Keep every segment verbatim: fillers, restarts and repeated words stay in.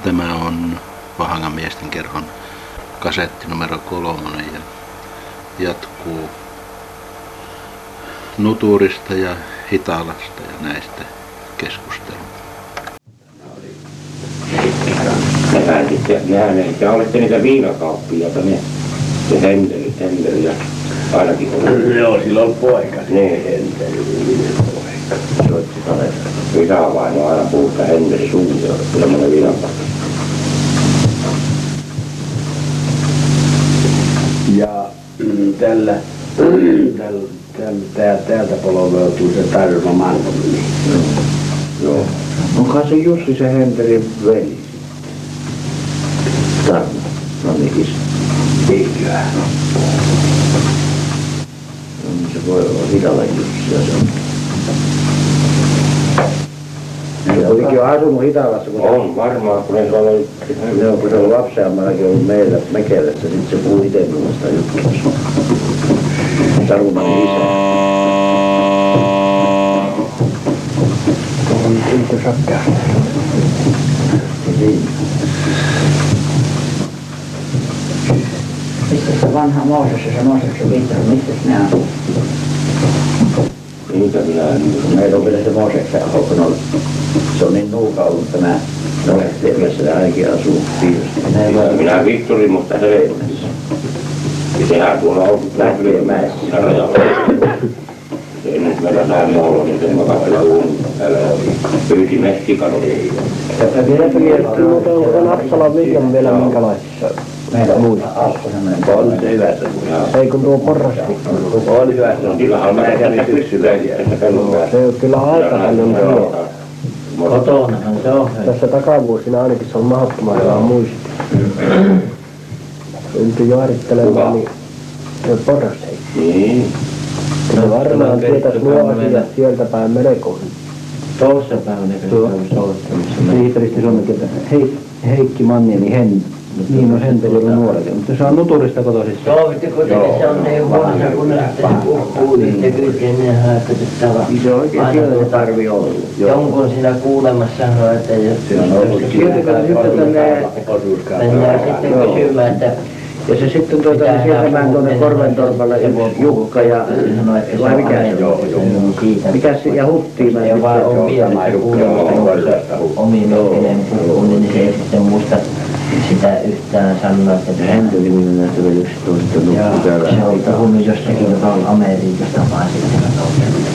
Tämä on Vahangan miesten kerhon kasetti numero kolmonen ja jatkuu Nuturista ja Hitalasta ja näistä keskustelua. Nehän sitten, nehän ei, te olette niitä viinakauppiaita, ne, se Hendeli, Hendeli ja ainakin on. Joo, silloin poika. Ne Hendeli, poika. Soitti Salesta. Isävaino aina puhuttu Hendeli suuntia, semmoinen viinakauppi. Ja mm, tällä, tällä, tällä, täältä polveutuu se Tarmo Mannonen. Joo. Onkohan se Jussi se Hendelin veli? Tarmo, no niin isä. Eiköhän. No, se voi olla Hitalan Jussi ja se on. Se kuitenkin on asunut Hitalassa, kun on varmaan, kun se on ollut, joo, kun se on lapseammallakin ollut meillä Mekelässä, sitten se puhuu itse minusta juttuissa. Tarumanin isä. On siltä sakkaa. Niin. Mistä se vanha Mooses ja se Mooseksen Viitaro, mistä nämä on? Niitä minä en muista. Meillä on vielä se Mooseksen aho, kun on, se on niin nuuka ollut tämä Nolehtiemessä ja ainakin asuu piiristä. Minä Viktorin, mutta se Leivonessa. Ja sehän tuolla on Lähteenmäessä. Se ennen meillä saa muulla, niin se mä katsella uun päällä pyysi meskikanoja. Ja vielä pyydettiin, mutta onko Napsalan Viljan vielä minkälaisissa? Meillä muista. On se hyvässä. Ei kun tuo porrasti. On hyvässä. Sillähän mä kävin syksyllä tässä pellon päässä. Se on kyllä aika paljon hyvä. Kotonahan se on. Tässä takavuosina ainakin se on mahdottoman hyvä muisti. Yntyi jo arittelemaan, niin se on porrasti. Niin. Kyllä varmaan tietäisi nuo asiat sieltä päin melko. Toissa päivänä, kun se on soittamassa. Riittävästi suomen kieltä. Hei, Heikki Manniemi Hen. Niin on Henteli ollut nuorempi, mutta se on Nuturista kotoisin. Sovitte kuitenkin, se on niin vanha, kun ne kuulitte kylkeen, niin hääpötettävä. Se oikein siellä se tarvii olla. Jonkun siinä kuulemassa sanoi, että jos... Se on ollut sieltä sitten tänne... Mennään sitten kysymään, että... Ja se sitten tuota, niin sieltämään tuonne Korventorpalle Jukka ja... Vai mikä se on? Mikä se? Ja Huttiimäen. Ja vaan on vielä omiin mieleen puhuu, niin se ei sitten muista sitä yhtään sanoa, että... Henteli minun näyttää yksi toista nukku täällä. Se on puhunut jostakin, joka on Amerikasta vaan sitten ollut.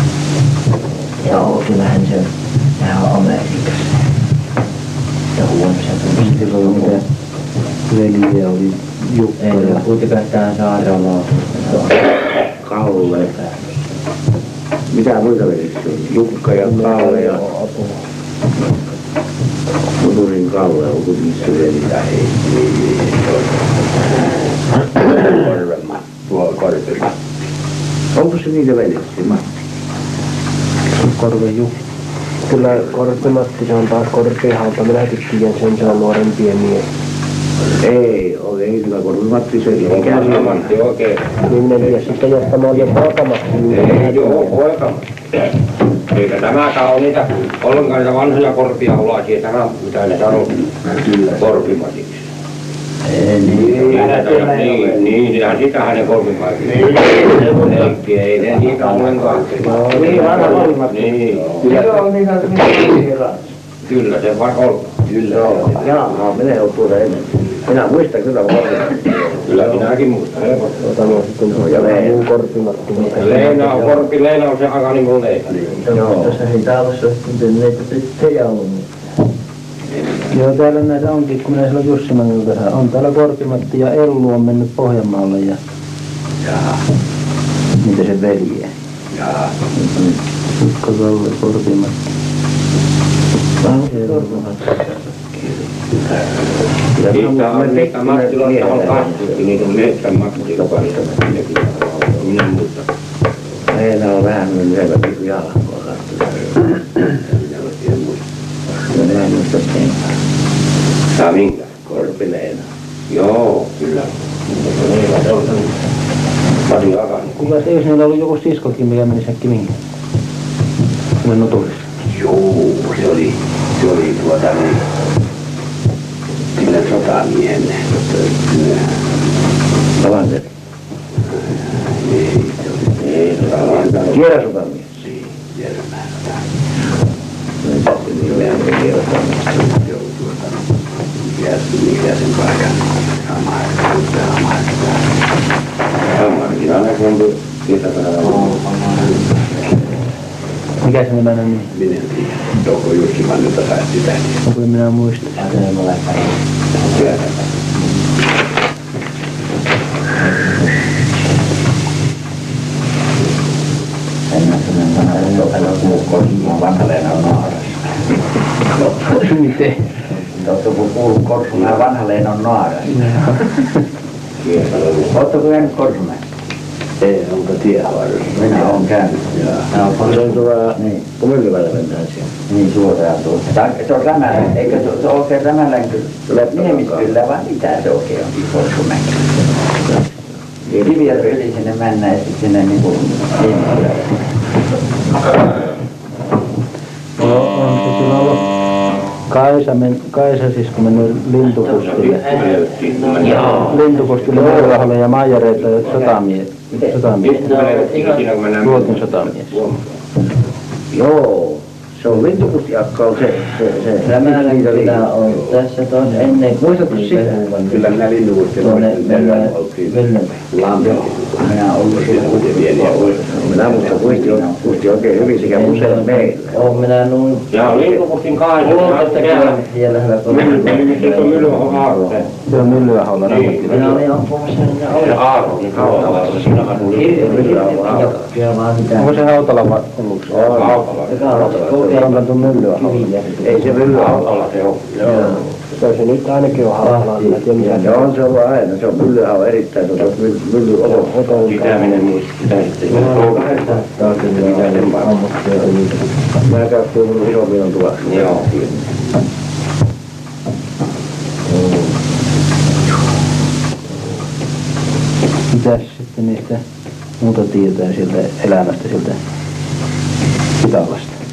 Joo, kyllähän se on. Sehän on Amerikassa. Ja huono se on. Sitten oli mitä veliä oli Jukka Ei, ja... kuitenkaan tähän Saarelaa. Kalle. Mitä muita velissä oli? Jukka ja Kalle ja... Nuturin Kalle on kuitenkin se veli. Korvemma. Tuo Korvemma. Onko se niitä velissä, Matti? Korven Jukka. Kyllä Korpi Matti, se on taas Korpihalta. Minäkin tiedän sen, se on nuorempia miehiä. Ei, ei kyllä Korpi Matti se ei käy. Matti oikein. Niin minä tiedän sitten, jos tämä on jo Poikamatti. Ei joo, Poikamatti. Eikä tämäkään ole niitä ollenkaan niitä vanhoja korpiahulaisia, tämä mitä ne sanoo Korpimatiksi. Ei, niin. Niin, niin, niin, sitähän ne Korpimatiksi. Heikki, ei ne niitä ollenkaan. Niin, vanha Korpimatti. Niin. Joo, niin on Kyllä se vaan on. Kyllä. Joo, jaa, minä olen tuoda ennen. Minä muistan kyllä Korpimatti. Kyllä minäkin muistan helposti. Ota nuo sitten tuoda muu Korpimatti. Leena on Korpi, Leena on se aika niin kuin Leena. Joo. Tuossa Hitalassa olisi tuntunut, että tyttöjä ollut. Joo, täällä näitä onkin, kun minä silloin Jussi Mangilta on täällä Korpimatti ja Ellu on mennyt Pohjanmaalle ja... Jaa. Niitä se veliä. Jaa. Jukka Kalle Korpimatti. Niitä on niitä Mattiloita on kasvittu, niitä on yhdeksän Mattiloita. Minä muistan. Meillä on vähän lyhyellä pikku jalkoa katsotaan. Minä en muista sen. Tää minkä? Korpileena. Joo, kyllä. Se on paljon akan. Kuka se, jos niillä oli joku siskokin, mikä meni säkki minkä? Kun Nuturissa. Joo, se oli, se oli tuota niin, sotamiehen. Lavanteri. Ei, se oli. Ei, sotamiehen. Kiersotamies. Siin, Järmäärä. Joo, tuota. Mikä sen paikan? Hamarkin aina kun kesäpäivänä. Mikä se nimellä on? Minä en tiedä. Touko Jussi Mannilta sai sitä. Onko minä muista? Vanha-Leena on naaras. Miten? Oletteko kuullut Korsumäen Vanha-Leena on naaras? Oletteko käynyt Korsumäen? Ei, onko tiehaarassa? Minä olen käynyt. Se on tuolla, niin, kun Myllyvällä mennään siellä. Niin suoraan tuossa. Se on Rämälän, eikö se ole oikein Rämälän Niemiskylä vai mitä se oikein on Korsumäen? Kiviä yli sinne mennään ja sitten sinne niin kuin Niemiskylä. Joo, on se kyllä ollut. Kaisa, men, Kaisa siis kun meni Lintukustille. Lintukustille Myllyväholle ja Maijareita sotamies. Sotamies. Ruotin sotamies. Joo, se on Lintukustiakka on se, se, se. Rämälän kylä on tässä tuossa ennen. Muistatko sitä? Kyllä minä Lintukustilla oltiin Lampella. Minä olen ollut siellä muuten pieniä poissa. Minä muistan muisti, muisti oikein hyvin sekä usein meillä. Oon minä noin. Ja Lintukustin kahdessa. Puolitoista kilometriä lähellä tuolla. Nyt on Myllyahon Aaro se. Se on Myllyväholla. Minä olin ampumassa niitä Se olla. Aaro, niin Hautalassa. Sinä asui Lintukustin. Kyllä vaan mitä. Onko se Hautala ollut? Hautala. On pantu Myllyväholla. Ei se Myllyväholla. Hautala se on. Kyllä se nyt ainakin on Hautala. Joo, on se ollut aina. Se on Myllyahon erittäin tuossa Myllyahon. Sitä minä en muista. Sitä sitten. Mä käytiin mun isommin on tuossa. Joo. Mitäs sitten niistä muuta tietää sieltä elämästä sieltä Hitalasta?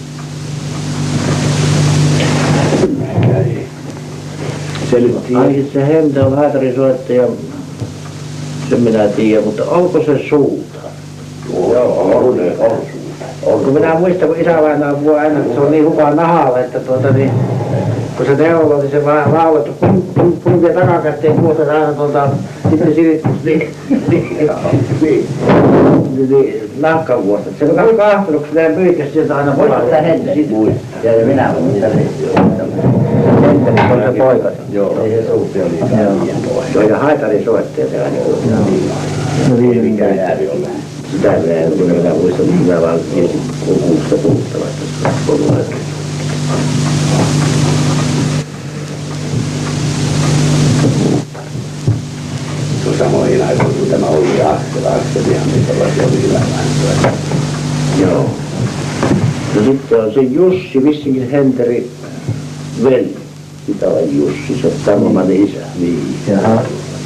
Ainakin se Hemtä on häätärisoittaja, sen minä tiedän, mutta onko se suuta? Joo, on se, on suuta. Kun minä muistan, kun isävainaa puhuu aina, että se on niin hupaa nahalla, että tuota niin, kun se neuloo, niin se vaan laulettu pum pum pum ja takakätteen puhutaan aina tuolta, sitten silitkus, niin, niin, niin, niin, nahkavuosta. Se on vähän kahtunut, kun näin pyyhkäsi sieltä aina pois. Sitä Henterit muistaa. Ja minä muistan Henterit on se poika. Joo. Ei se suupi oli liian pois. Se on ja haitarisoittaja se aina. No Ei mikään ääri ole. Sitä minä en kun minä muistan, mutta minä vaan tiesin kuusta puhuttavasta koululaista. No samoihin aikoihin, kun tämä oli Aksel, Akselihan, niin sellaisia oli hyvä vähän. Joo. No sitten on se Jussi, vissinkin Henteri veli. Hitalan Jussi, se on Tarvomanin isä. Niin. Jaha.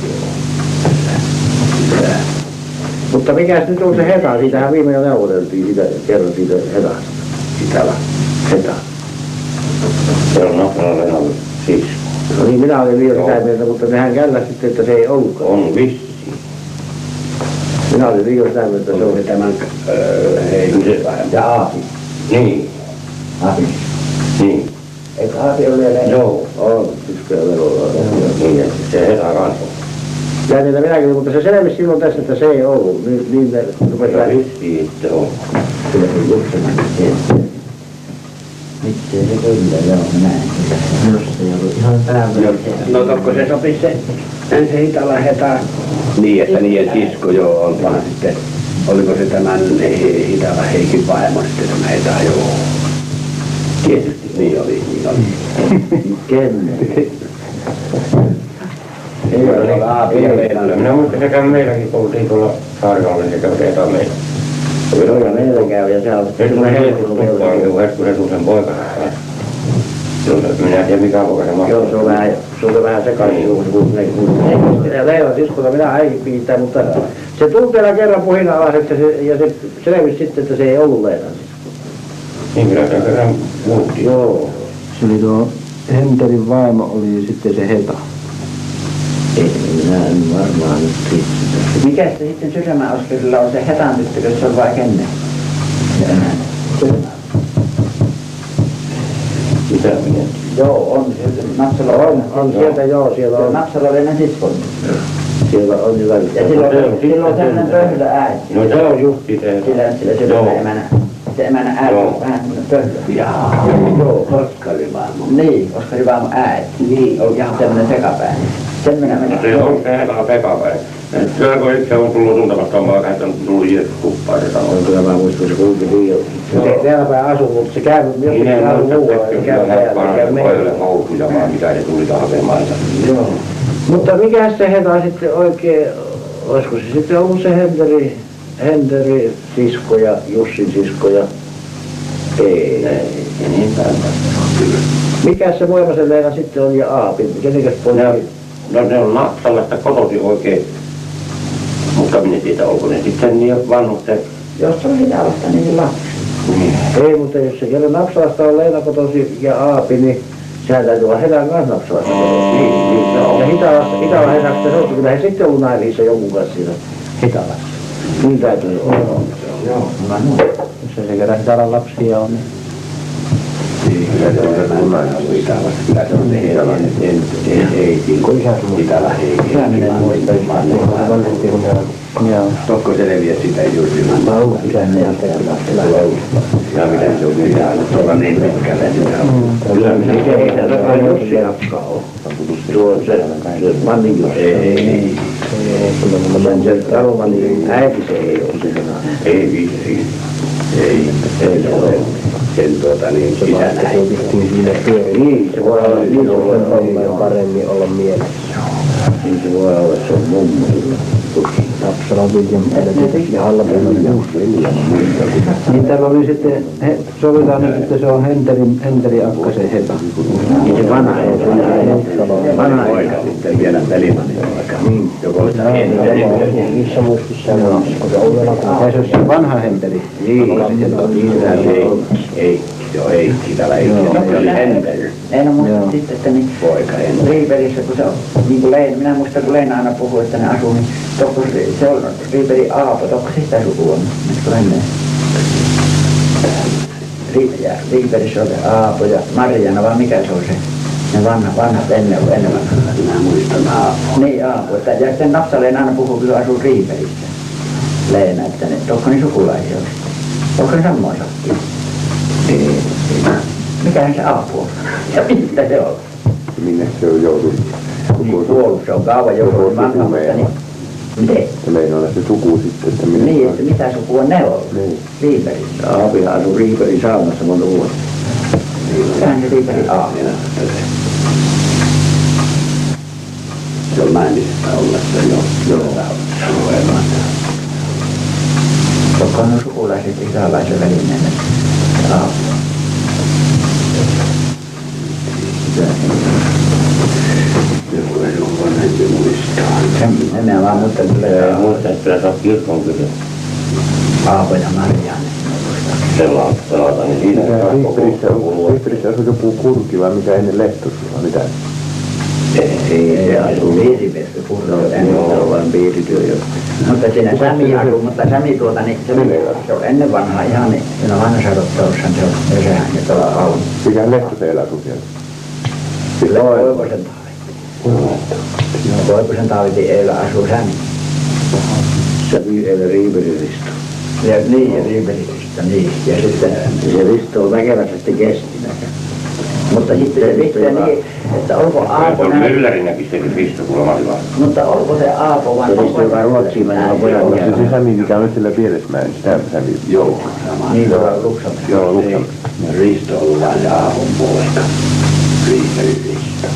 Mutta mikäs nyt on se Heta? Siitähän viime jo neuvoteltiin, sitä, kerran siitä Hetasta. Hitala. Heta. Se on Nafran Renan sisko. No niin, minä olin liian sitä mieltä, mutta nehän källä sitten, että se ei ollutkaan. On vissi. Minä olin liian sitä mieltä, että se oli tämän heikisen vähän. Ja Aapi. Niin. Aapi. Niin. Eikö Aapi ole vielä? Joo. On, tyskää verolla. Niin, että se Heta kanssa. Ja niitä minäkin, mutta se selvisi silloin tässä, että se ei ollut. Niin, niin ne rupesivat. Ja vissi itse on. Kyllä se jutsemaan. Miten se kyllä, joo, näin. Minusta ei ollut ihan päivä. No tokko se sopisi se ensin Hitalan Heta. Niin, että niiden sisko joo on vaan sitten. Oliko se tämän Hitalan Heikin vaimo sitten tämä Heta, joo. Tietysti niin oli, niin oli. Kenen? Ei ole Aapi ja meillä. Minä muistan sekä meilläkin, kun oltiin tuolla Saariolla, niin sekä Heta meillä. Joo, ja meillä käy ja se on Heskunen Heskusen poikana. Minä en tiedä mikä poika se mahtaa. Joo, se on vähän, se on vähän sekaisin, kun ne kun ja Leilan siskota minä äikin piittää, mutta se tuli teillä kerran puhina-alaiseksi ja se, ja se selvisi sitten, että se ei ollut Leilan siskota. Niin kyllä se kerran muutti. Joo. Se oli tuo Henterin vaimo oli sitten se Heta. Ei, minä en varmaan nyt tiedä. Mikä se sitten Syrjämään Oskarilla on se Hetan tyttö, kun se on vai kenen? Se emänä. Syrjämään. Mitä minä? Joo, on. Napsala On, on sieltä joo, siellä on. Napsalallinen siskon. Siellä on hyvä. Ja silloin, silloin on sellainen pöhlö äiti. No se on justi se. Sillä, sillä Syrjämään emänä. Se emänä äiti on vähän sellainen pöhlö. Jaa, joo, Oskari Vaamo. Niin, Oskari Vaamo äiti. Niin, on ihan sellainen sekapäin. Sen minä menin. Se on se Hetan sekapäin. Kyllä kun itse on tullut tuntemasta omaa kähtön, tullut Jeesus kuppaan se sanoo. Kyllä mä muistan, se kulki liian. Se ei täällä päin asu, mutta se käy jossakin aivan muualla. Se käy täällä, käy meillä. Housuja vaan, mitä se tuli hakemaan. Joo. Mutta mikä se Heta sitten oikein, olisiko se sitten ollut se Henteri, Henteri sisko ja Jussin sisko ja ei. Ei, niin päin. Mikä se Moivasen Leena sitten on ja Aapi? Kenekäs poikki? No ne on Napsalasta kotosi oikein, mutta minä tiedä, onko ne sitten niin vanhukset. Jos se on sitä alasta, niin lapsi. Niin. Ei, mutta jos se kerran Napsalasta on Leena kotosi ja Aapi, niin sehän täytyy olla Hetan kanssa Napsalasta. Niin, niin se on. Ja Hitalasta, Hitala Hetasta se on, kyllä he sitten ollut naimisissa jonkun kanssa siinä Hitalassa. Niin täytyy olla. Joo, mä Jos se kerran Hitalan lapsia on, niin... Kyllä se on se kunnallinen Italassa. Kyllä se on se Hitalainen. Ei, Kun isä sun Itala ei. Isä minä en muista yhtään, kun se vanhempi kun ne on. Tokko se leviä sitä juuri. Mä oon ollut isä minä en tiedä. Ja miten se on vielä tuolla niin pitkälle. Kyllä minä ei se takaa Jussi Akka ole. Tuo se, se Mannin Jussi. Ei, ei. Sen se Talumanin äiti se ei ole se sana. Ei viisi. Ei, ei se ole. Sen tuota niin isänä. Niin, se voi olla, niin se voi olla paremmin olla mielessä. Niin se voi olla, se on mummo. Tapsala Viljan ja Hallapelon ja Niin täällä oli sitten, he, sovitaan nyt, että se on Henteri, Henteri Akkasen Heta. Niin se vanha Heta. Vanha Heta. Sitten vielä Pelimanin aika. Niin. Joko sitä missä muistissa on, kun se on vielä Tai se on se vanha Henteri. Niin, ei, ei, joo, ei, Itala ei, se oli Henteri. En muista sitten, että niin Poika Henteri. Riiperissä, kun se on, niin kuin Leena, minä muistan, kun Leena aina puhuu, että ne asuu, niin tokko se on Riiperi Aapo, tokko se sitä suku on, etkö ennen? Riiperissä on se Aapo ja Marjana, vai mikä se on se? Ne vanha, vanhat ennen, ennen vanhat. Minä muistan Aapo. Niin Aapo, että, ja sitten Napsaleen aina puhuu, kun se asuu Riiperissä. Leena, että ne, tokko ne sukulaisia on? Onko ne samoin sattuu? Ei, Mikähän se Aapo on? Ja mistä se on? minne se on joutunut? Niin kuollut, se on kauan joutunut vanha, mutta niin. Miten? Se meinaa olla se suku sitten, että minne Niin, että mitä sukua ne on? Niin. Riiperissä. Aapi asui Riiperin saunassa monta vuotta. Mikähän se Riiperi Aapo? Se on naimisesta ollessa jo. Joo. Tokko on sukulaiset isälaisen välineen Aapo. Joku ei ole vanhempi muistaa. Sen minä vaan muistan kyllä Ei se muista, että kyllä se on kirkon kyllä. Aapo ja Marjaane. Selata, selata, niin siinä ei saa koko luo. Viipurissä asui joku Kurki vai mikä ennen Lehtosulla, mitä? Ei, se asuu Viisipesky Purro, en ole vain piirityö jo. Mutta siinä Sami asuu, mutta Sami tuota, niin se on, se on ennen vanhaa ihan, niin siinä vanhassa rottaussa se on, ja sehän se tuolla on. Mikä Lehtosella asui siellä? Kyllä Koivosen Taavetti. Joo, Koivosen Taavetin eellä asuu Sami. Sami eilen Riiperin Risto. Ja niin, ja Riiperisistä, niin. Ja sitten Se Risto on väkevästi kestinä. mutta sitten se sitten niin, että onko Se Aapo on näin, myllärinäkin se Risto kuulemma hyvä. mutta onko se Aapo vai Se Risto, joka Ruotsiin meni, on pojat. Se se Sami, mikä on nyt sillä Pielismäen, sitä Sami. Joo, sama. niin tuolla Luksamassa. Joo, Luksan. Risto on ollut vain se Aapon poika. Riiperin Risto.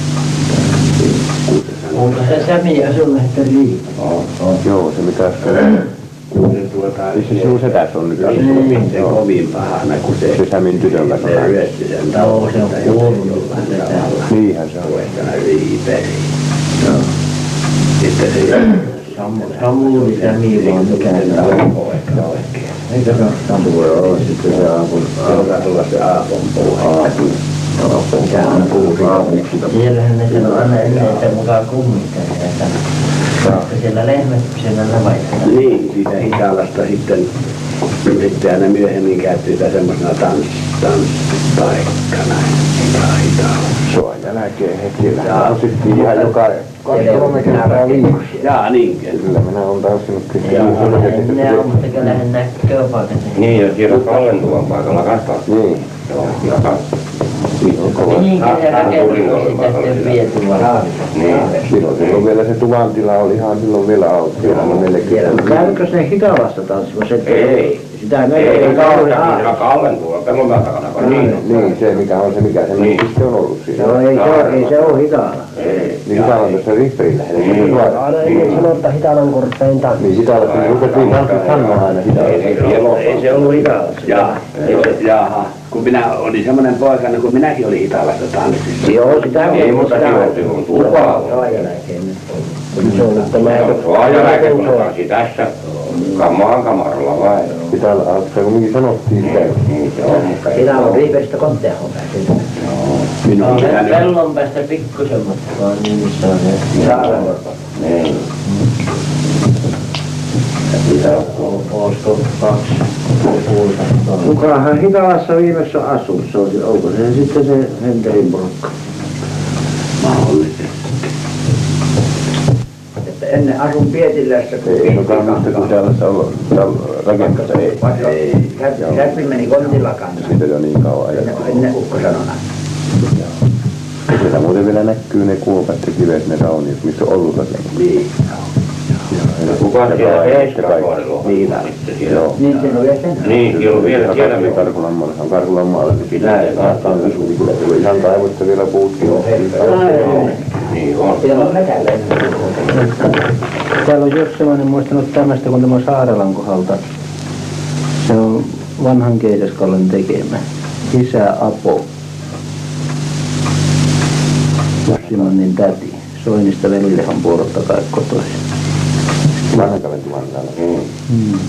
Onko se Sami asunut, että Riipa? On. Joo, se mitä Kun se tuota... se sinun setäs on nyt Se asunut. se kovin pahana, kun se... Se Samin tytön kanssa. Se ryösti sen Joo, se on kuollut. Niinhän se on. Poikana Riiperi. Joo. Sitten se... Samuli Sami vaan mikä se on. Poika oikein. Eikö se ole Samuli? Voi olla sitten se Aapon. Alkaa tulla se Aapon poika. Mikä on kuullut? Siellähän ne sanoo aina ennen, että mukaan kummittaa. että siellä lehmät siellä navajassa. Niin, siitä Hitalasta sitten, sitten aina myöhemmin käytti sitä semmoisena tans, tanssipaikkana. Soan jälkeen heti tanssittiin ihan joka kaksi-kolme kertaa viikossa. Jaa, niinkö? Kyllä minä olen tanssinut kyllä. Ne on, mutta kyllä hän näkee paikassa. Niin, ja siellä Kallentuvan paikalla kanssa. Niin. Joo, ja kanssa. Siinä on kova. Niin, se rakennus sitä sitten viety vaan. Niin. Silloin, silloin vielä se tuvantila oli ihan silloin vielä auki. Siellä on neljäkymmentä. Käykö ne Hitalassa tanssimassa? Ei. Sitä Ei, ei ei kauheasti siellä Kallentuvan pellonpään takana. Niin, niin, se mikä on se mikä se Niin. se on ollut siinä. Joo, ei se ole, ei se ole Hitala. Ei. Niin Hitala on tässä Rihperin lähellä. Niin. Aina ei sanota, että Hitalan korpeen tanssi. Niin Hitala, kun rupettiin tanssit sanoa aina Hitala. Ei se ollut Hitalassa. Jaa, jaha. Kun minä olin semmoinen poikana, kun minäkin olin Hitalassa tanssissa. Joo, sitä Ei, mutta se on turvaa. Se on nyt tämä... Suojaläke, kun tanssi tässä. Kamaan kamaralla vai? Hitala, se kumminkin sanottiin sitä. Niin se on, mutta ei Hitalan ole. Riiperistä Kontteahon päästä. Minun on pitänyt... Pellon päästä pikkusen, mutta vaan niin missä on ne Saarenkorpa. Niin. Olisiko kaksi puolta? Kukahan Hitalassa viimeksi on asunut? Se on, onko se sitten se Henterin porukka? Mahdollisesti. Että ennen asun Pietilässä, kun Ei sokaan muista, kun Hitalassa ollut rakentaa. Ei. Ei. Säppi meni Kontilla kanssa. Siitä jo niin kauan ajan. Ennen ukkosanona. Siellä muuten vielä näkyy ne kuopat ja kivet, ne rauniot, missä on ollut rakennus. Niin. Kuka siellä Heiskakoilla on? Niin. Joo. Niin se on vielä sen. Niin, siellä on vielä siellä Karkulan Karkulan maalla, se on Karkulan maalla. Pitää ja Tämä on asu, niin kyllä tuli ihan kaivosta vielä puutkin. Niin on. Siellä on metällä. Täällä on just semmoinen muistanut tämmöistä, kun tämä on Saarelan kohdalta. Se on vanhan Keisaskallen tekemä. Isä Apo. Simonnin täti. Soinista Velilehon puolelta kai kotoisin. Vanhan kalentuvan täällä. Hmm.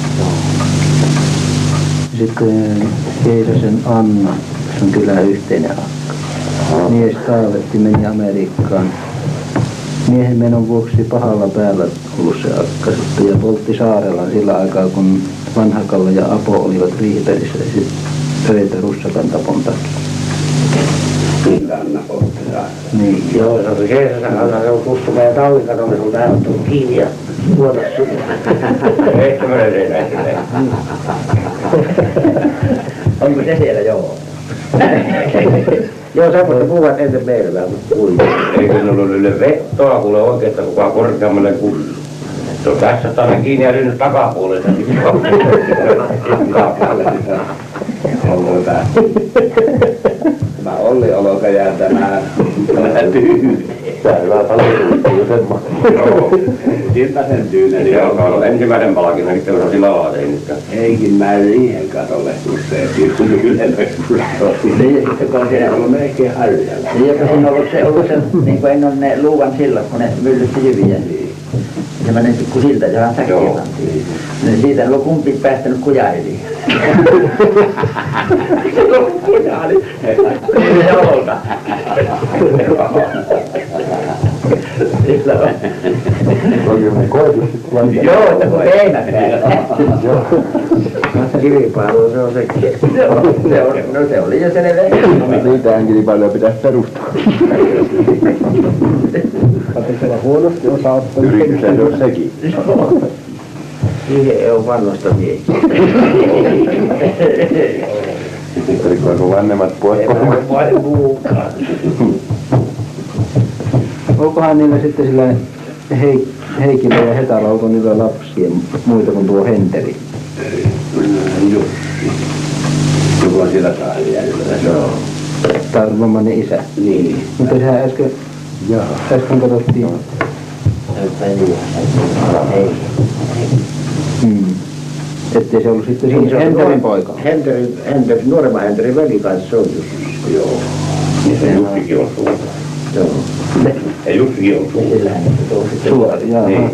Sitten Keisasen Anna, se on kyllä yhteinen akka. Mies Taavetti meni Amerikkaan. Miehen menon vuoksi pahalla päällä ollut se akka sitten ja poltti Saarelan sillä aikaa, kun Vanhakalle ja Apo olivat Riiperissä ja sitten öitä Russakan tapon takia. Kyllä Anna poltti saa. Niin. Joo, se oli Keesasen Anna, se on kustu meidän talvikatolle, kun tähän on tullut kiinni ja tuota sinne. Ei tämmöinen ei näin. Onko se siellä? Joo. Joo, semmoista puhuvat ennen meillä vähän, mutta kuinka. Eikö ne ollut ylle vettoa, kuule oikeetta kukaan korkeammalle kuin... Se on tässä tänne kiinni ja nyt takapuolesta. Tämä Olli Oloka jää tämä tyyne. Tää hyvä talvitulisi jo semmoinen. Joo. Siltä sen tyyne. Se alkaa olla ensimmäisen palakin, eli se on sillä lailla tehnyt. Eikin mä riihen katolle usein, kun ylemmäksi Niin, sitten kun on Se siellä... on melkein harjalla. Niin, joka siinä on ollut se, ollut se, niin kuin ennen ne luuvan sillat, kun ne myllytti jyviä. Semmoinen pikku silta, johon säkkiä Joo. pantiin. Niin siitä on kumpi päästänyt kujailiin. Kujaali. Jolta. Sillä on. Oikein ne koetus sitten vaan. Joo, että kun heinät Joo. Kivipailu, se on sekin. Se on, se on, no se oli jo selvä. Niitähän kilpailuja pitäisi perustaa. Huonosti osaattu. Yrityshän se on sekin. Siihen ei ole vannosta miehiä. Rikkoako vanhemmat pois Ei kohdalla? voi muukaan. Onkohan niillä sitten sillä Heik- Heikillä ja Hetalla, onko niillä lapsia muita kuin tuo Henteri? Jussi. Joku on siellä Saarijärjellä. Joo. Tarvomainen isä. Niin. Mutta sehän äsken, äsken katsottiin. Ei. Hmm. Ettei se ollut sitten siinä Henterin poika. Henterin, Henterin, nuoremman Henterin veli kanssa se on Jussi. Joo. Niin se Jussikin on suuri. Joo. Ja Jussikin on suuri. Sillähän se on sitten. Suori, jaa. Niin.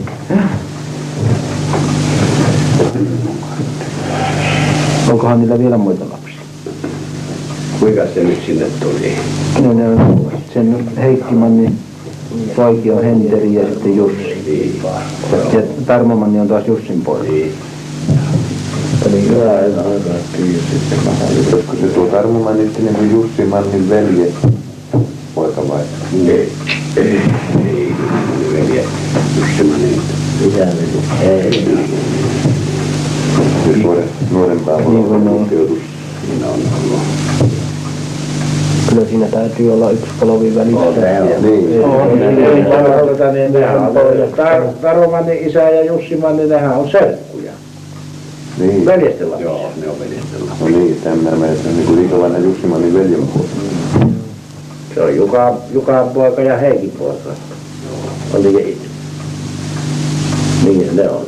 Onkohan niillä vielä muita lapsia? Kuinka se nyt sinne tuli? Ne, ne on sen Heikkimannin poikia on Henteri ja sitten Jussi. Ja Tarmomanni on taas Jussin poika. Eli hyvä en aikaa tiedä sitten mä olisiko se tuo Tarmomanni sitten niin kuin Jussi Mannin velje poika vai? Ei, ei, ei, velje. Jussi Mannin. Ei. Siis nuoren, nuorempaa polvaa joutus. Siinä on ollut. Kyllä siinä täytyy olla yksi polvi välissä. Niin. Tarvomannin isä ja Jussi Manni, nehän on serkkuja. Niin. Veljesten lapsia. Joo, ne on veljesten lapsia. No niin, tämä mä että niin kuin liika vanha Jussi Mannin veljen poika. Se on Jukan, Jukan poika ja Heikin poika. On niin, niin ne on.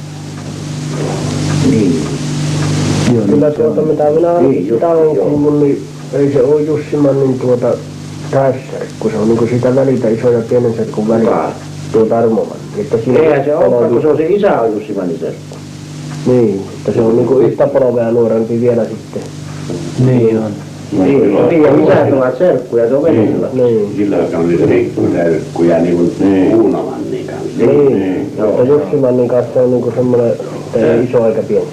Niin. Kyllä tuota mitä minä Niin, sitä olen kuullut, niin ei se ole Jussi Mannin tuota täysserkku. Se on niinku sitä välitä iso ja pienen serkun välillä. Kuka? Tuo Tarmomanni. Että siinä Eihän se olekaan, kun polo- se on se isä on Jussi Mannin serkku. Niin, että se on niinku yhtä polvea nuorempi vielä sitten. Niin on. Niin, niin ja isät ovat serkkuja, se on veljesten lapsia. Niin. Sillä on niitä pikkuserkkuja niin kuin Kuunamannin kanssa. Niin, mutta Jussi Mannin kanssa on niinku semmoinen ei iso eikä pieni.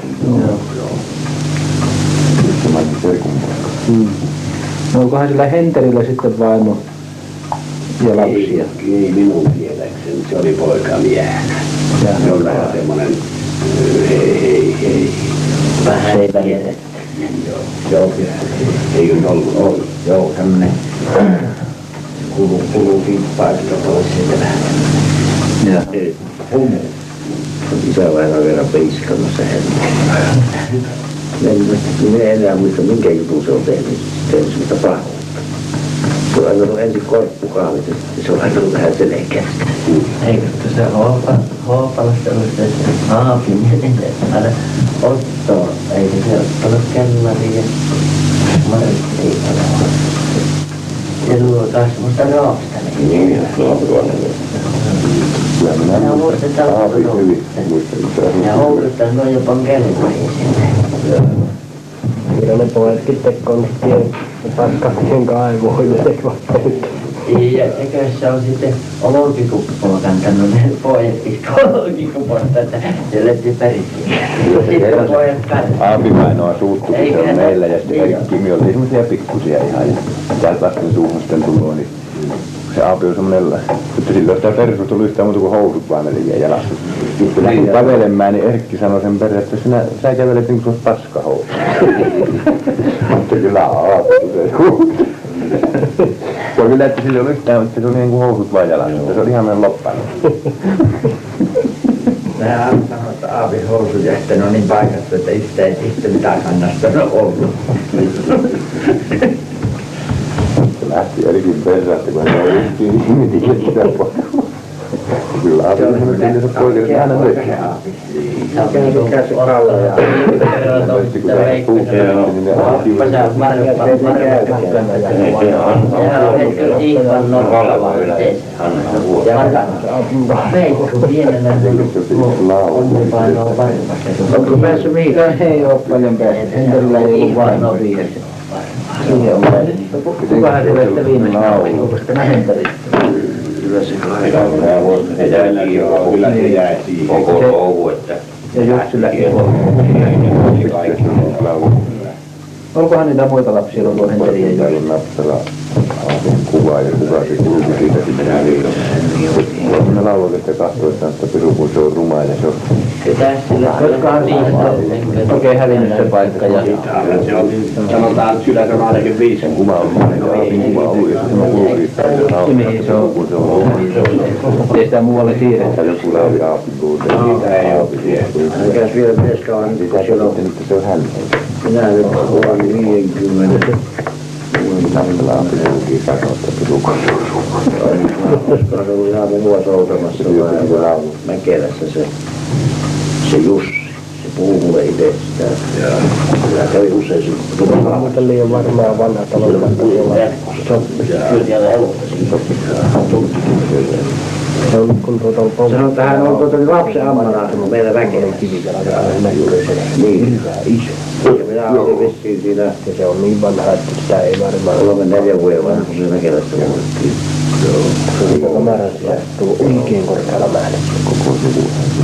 Jussi Mannin serkun poika. No onkohan sillä Henterillä sitten vaimo ja lapsia? Ei, ei minun tietääkseni, se oli poika miehenä. Se on vähän semmoinen, hei, hei, hei. Vähän ei välitä. Joo, joo, ei ole ollut, ollut. Joo, tämmönen kulu, kulu kimppaista pois siitä vähän. Ja. Ei, humu. Isävaina on vielä piiskamassa Henteriä. Minä en enää muista, minkä jutun se on tehnyt, tehnyt semmoista pahuutta. Se on laittanut ensin korppukaalit ja sitten se on laittanut vähän selkeästä. Eikö tuossa Hoopa, Hoopalassa ollut se Aapi mietin, että aina Otto, eikö se ottanut kellariin ja Martti ei ole. Ja tuo taas semmoista raapista. Niin, se on tuonne. Kyllä minä Minä muistan muistetaan Aapi hyvin. Muistan, kun se ja asui. Oulusta noin jopa kellariin sinne. Kyllä ne pojatkin tekonstia paskattiin kaivoon ja tekevät töitä. Ja tekössä on sitten olkikuppoa kantanut ne pojatkin olkikuposta, että se letti perisiin. Sitten pojat kantaa. Aapi vainoa suuttu, kun se on meillä ja sitten Erkki Kimi oli semmoisia pikkusia ihan ja täältä lasten suuhun sitten tullut, niin se Aapi on semmoinen, että sillä on sitä persusta ollut yhtään muuta kuin housut vaan melkein vielä jalassa. Sitten lähdin kävelemään, niin Erkki sanoi sen perään, että sinä, sä kävelet niin kuin se olisi paskahousu. Mutta kyllä Aapi se suuttu. Se on kyllä, että sillä ei ollut yhtään, että se oli niin kuin housut vaan jalassa, mutta se oli ihan meidän loppanut. Nehän aina sanoo, että Aapin housuja, että ne on niin paikattu, että yhtä ei itse mitään kannasta ollut. Se lähti Erkin perästä, kun hän oli yhtiin ihmitikin sitä poikaa. Kyllä Aapi on semmoinen yleensä poika, että aina löytyy. Mikä se kalla ja... Sitten kun sä puhut, niin ne Aapi on Onko päässyt mihinkään? Ei ole paljon päässyt. Henterillä ei ollut vaimo riihessä. Siihen on päässyt. Kukahan tulee sitten viimeinen auli? Onko sitten Henteri? Kyllä se Se jäi liikaa, kyllä se jäi siihen koko touhu, että Ja Jussillakin on. Onkohan niitä muita lapsia ollut tuo Henteri ja Jussi? Nappela Aapin kuvaa ja kuva se kulki siitä sitten. Ne lauloivat, että kahtoi että piru kun se on ruma ja se on. Koskahan siitä oikein hävinnyt se paikka ja... se on, sanotaan, että sillä on ainakin viisi. Kuva on Aapin kuva ollut ja sitten on kulki. Mihin se on? Ei sitä muualle siirretä. Joku lauli Aapin kuuteen. Sitä ei ole tiedä. Mikäs vielä Peska on, kun siellä on... Sitten se on hän. Minä nyt olen viidenkymmenen. Nappela Aapin kulki sanoo, että piru kun se on ruma. Koska se oli ihan mua soutamassa vähän Mäkelässä se, se Jussi. Se puhuu mulle itse sitä. Kyllä kävi usein se Mutta liian varmaan vanha talo. Se on kun tuota on Sanoi, että hän on tuota lapsen ammanahtunut meillä Mäkelässä. Niin. Ja minä olin vissiin siinä ja se on niin vanha, että sitä ei varmaan kolme neljä vuoden vanha, kun se Mäkelästä muuttiin. Siitä kameran sijaan tullut oikein korkealla määrä. Koko suku.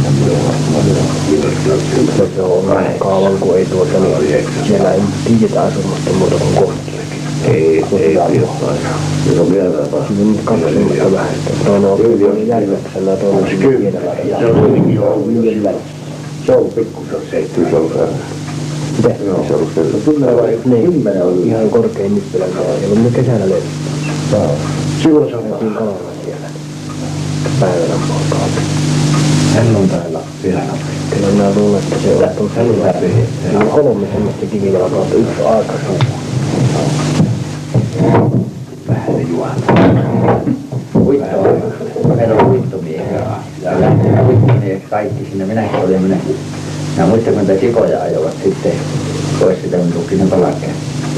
Se on kauan kun ei tuota, niin siellä ei tiedetä asumusta muuta kuin kohtia. Ei, ei jotain. Se on vielä tapaa. Se on nyt kaksi semmoista vähäistä. Toinen on järveksellä ja toinen on pienellä. Se on kuitenkin ollut yhden välissä. Se on pikku, se on seitsemän. Se on seitsemän. Mitä? Se on ollut kymmenen vai kymmenen oli. Ihan korkein nyppylän maa. Ja on nyt kesällä löytyy. Silloin se on Oltiin kalalla siellä. Päivällä polkaa. helluntailla pyhänappi. Kyllä minä luulen, että se on tuossa helluntailla. Siinä on kolme semmoista kivijalkaa, yksi aika suuri. Vähän juonut. Uittoa. Meillä on uittomiehiä. Ja lähtee uittomieheksi kaikki sinne. Minäkin olin minä. Minä muistan, kun niitä sikoja ajoivat sitten pois sitä, kun tukki ne palakkeet.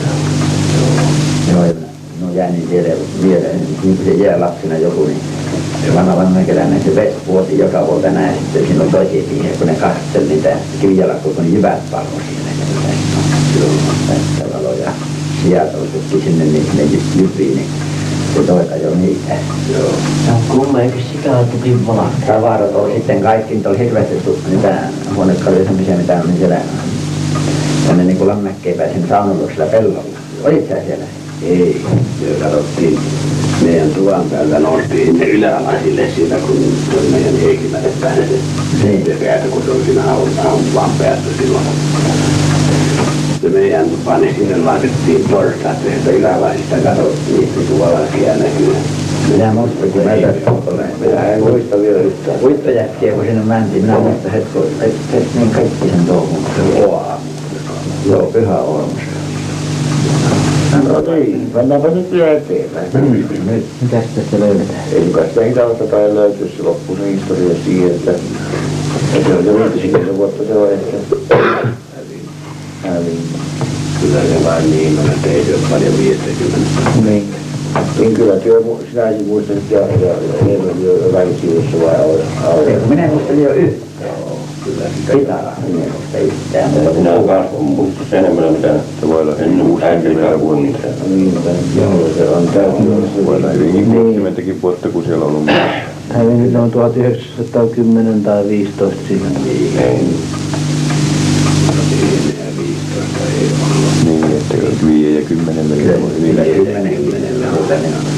Joo, no jäi niin vielä, vielä niin kuin se jää lapsina joku, niin se vanha vanha keläinen se vesi vuoti joka vuolta näin. Sitten siinä on toisia siihen, kun ne katseli niitä kivijalakkoja, kun ne jyvät paloi siinä. Tässä valoja sijat otettiin sinne niin jyviin, niin se toita jo niitä. Se on kumma, eikö sikää tukin valakka? Tavarat oli sitten kaikki, niitä oli hirveästi niitä huonekaluja semmoisia, mitä on niin siellä tuonne niin kuin Lammäkkeen pääsin saunaluoksella pellolla. Olit sä siellä? Ei, me katsottiin meidän tuvan päältä, noustiin ne yläalaisille siitä, kun se oli meidän Heikimäelle päin se päätä, kun se oli siinä hampaan päästä silloin. Se meidän tupa, niin sinne laitettiin portaat, että yläalaisista katsottiin, että tuolla siellä näkyy. Minä muistan, kun meiltä olen. Minä en muista vielä yhtään. Uittojätkiä, kun sinne mentiin, minä muistan hetko, että niin kaikki sen touhun, kun se oli aamu. Joo, pyhä aamu. No niin, pannaanpa nyt vielä eteenpäin. Nyt. Mitäs tästä löydetään? Ei kai sitä Itälasta tai löytyy se loppuisen historia siihen, että se on jo viitisenkymmentä vuotta se on ehkä hävinnyt. Kyllä se vain niin on, että ei se ole paljon viisikymmentä. Niin. Niin kyllä työ, sinäkin muistasit ja Eemen jo jotain sivussa vai Aure? Minä en muista jo yhtään. Kyllä sitä. Pitää, minä en muista yhtään. Minä olen kanssa muistus enemmän mitä se voi olla ennen kuusikymmentä vuotta. Niin, joo, se on täytyy. Voi olla hyvinkin kuusikymmentäkin vuotta, kun siellä on ollut. Hävinnyt on tuhatyhdeksänsataakymmenen tai viisitoista siinä. Niin, että viiden ja kymmenen välillä voi hyvin lähteä. Kymmenen, kymmenen lähellä, niin on.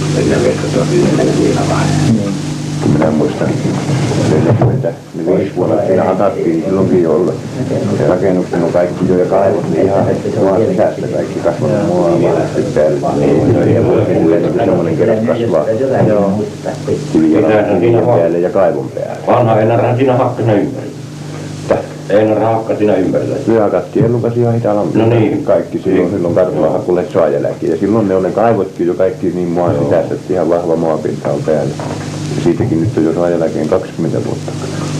Kun minä muistan, neljäkymmentäviisi vuonna siinä hakattiin, silloinkin jo ollut. Se rakennuksen on kaikki jo ja kaivot, niin ihan maan sisästä kaikki kasvanut muovasti päälle. Ei voi silleen, niin semmoinen kerran kasvaa kivijalan päälle ja kaivon päälle. Vanha Einarhan siinä hakkasi ne ympärillä. Einar hakka siinä ympärillä. Se hakattiin ellukasi ihan Hitalan. No niin. Kaikki silloin, silloin Karhulan hakulle soajaläki. Ja silloin ne on ne kaivotkin jo kaikki niin maan sisässä, että ihan vahva maapinta on päällä. Ja siitäkin nyt on jo soajaläkeen kaksikymmentä vuotta.